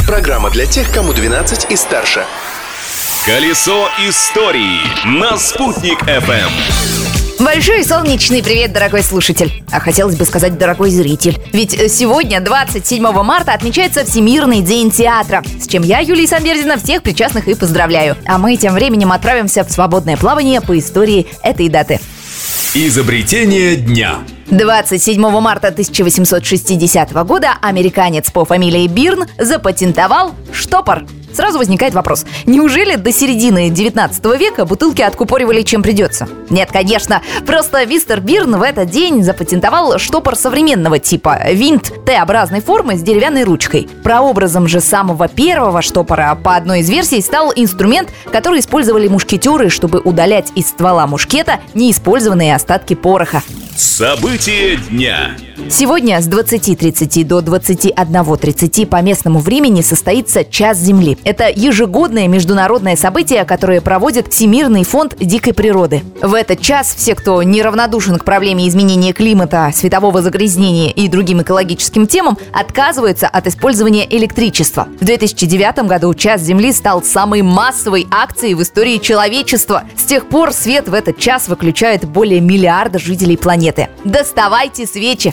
Программа для тех, кому 12 и старше. Колесо истории на Спутник FM. Большой солнечный привет, дорогой слушатель. А хотелось бы сказать, дорогой зритель. Ведь сегодня, 27 марта, отмечается Всемирный день театра. С чем я, Юлия Санбердина, всех причастных и поздравляю. А мы тем временем отправимся в свободное плавание по истории этой даты. Изобретение дня. 27 марта 1860 года американец по фамилии Бирн запатентовал штопор. Сразу возникает вопрос: неужели до середины 19 века бутылки откупоривали чем придется? Нет, конечно, просто мистер Бирн в этот день запатентовал штопор современного типа, винт Т-образной формы с деревянной ручкой. Прообразом же самого первого штопора, по одной из версий, стал инструмент, который использовали мушкетеры, чтобы удалять из ствола мушкета неиспользованные остатки пороха. События дня. Сегодня с 20:30 до 21:30 по местному времени состоится Час Земли. Это ежегодное международное событие, которое проводит Всемирный фонд дикой природы. В этот час все, кто неравнодушен к проблеме изменения климата, светового загрязнения и другим экологическим темам, отказываются от использования электричества. В 2009 году Час Земли стал самой массовой акцией в истории человечества. С тех пор свет в этот час выключает более миллиарда жителей планеты. Доставайте свечи!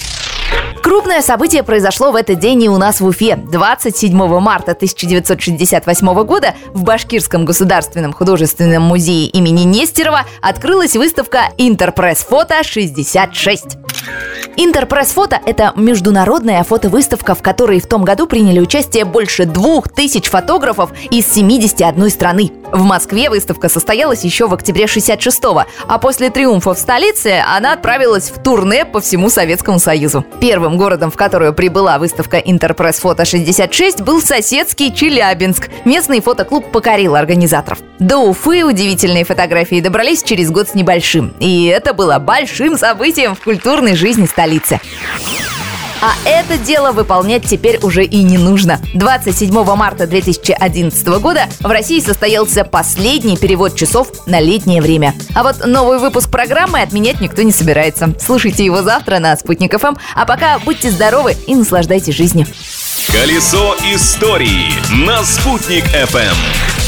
Крупное событие произошло в этот день и у нас в Уфе. 27 марта 1968 года в Башкирском государственном художественном музее имени Нестерова открылась выставка «Интерпресс-фото-66». «Интерпресс-фото» — это международная фотовыставка, в которой в том году приняли участие больше 2000 фотографов из 71 страны. В Москве выставка состоялась еще в октябре 66-го, а после триумфа в столице она отправилась в турне по всему Советскому Союзу. Первым городом, в который прибыла выставка «Интерпресс-фото-66», был соседский Челябинск. Местный фотоклуб покорил организаторов. До Уфы удивительные фотографии добрались через год с небольшим. И это было большим событием в культурной жизни столицы. А это дело выполнять теперь уже и не нужно. 27 марта 2011 года в России состоялся последний перевод часов на летнее время. А вот новый выпуск программы отменять никто не собирается. Слушайте его завтра на Спутник ФМ. А пока будьте здоровы и наслаждайтесь жизнью. Колесо истории на Спутник FM.